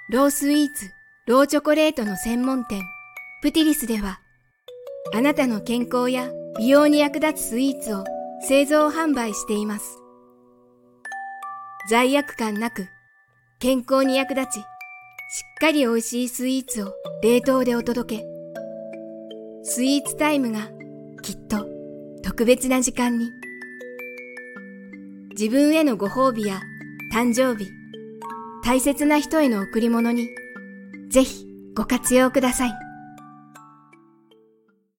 ロースイーツ、ローチョコレートの専門店、プティリスでは、あなたの健康や美容に役立つスイーツを製造販売しています。罪悪感なく、健康に役立ち、しっかり美味しいスイーツを冷凍でお届け。スイーツタイムがきっと特別な時間に。自分へのご褒美や誕生日、大切な人への贈り物に、ぜひご活用ください。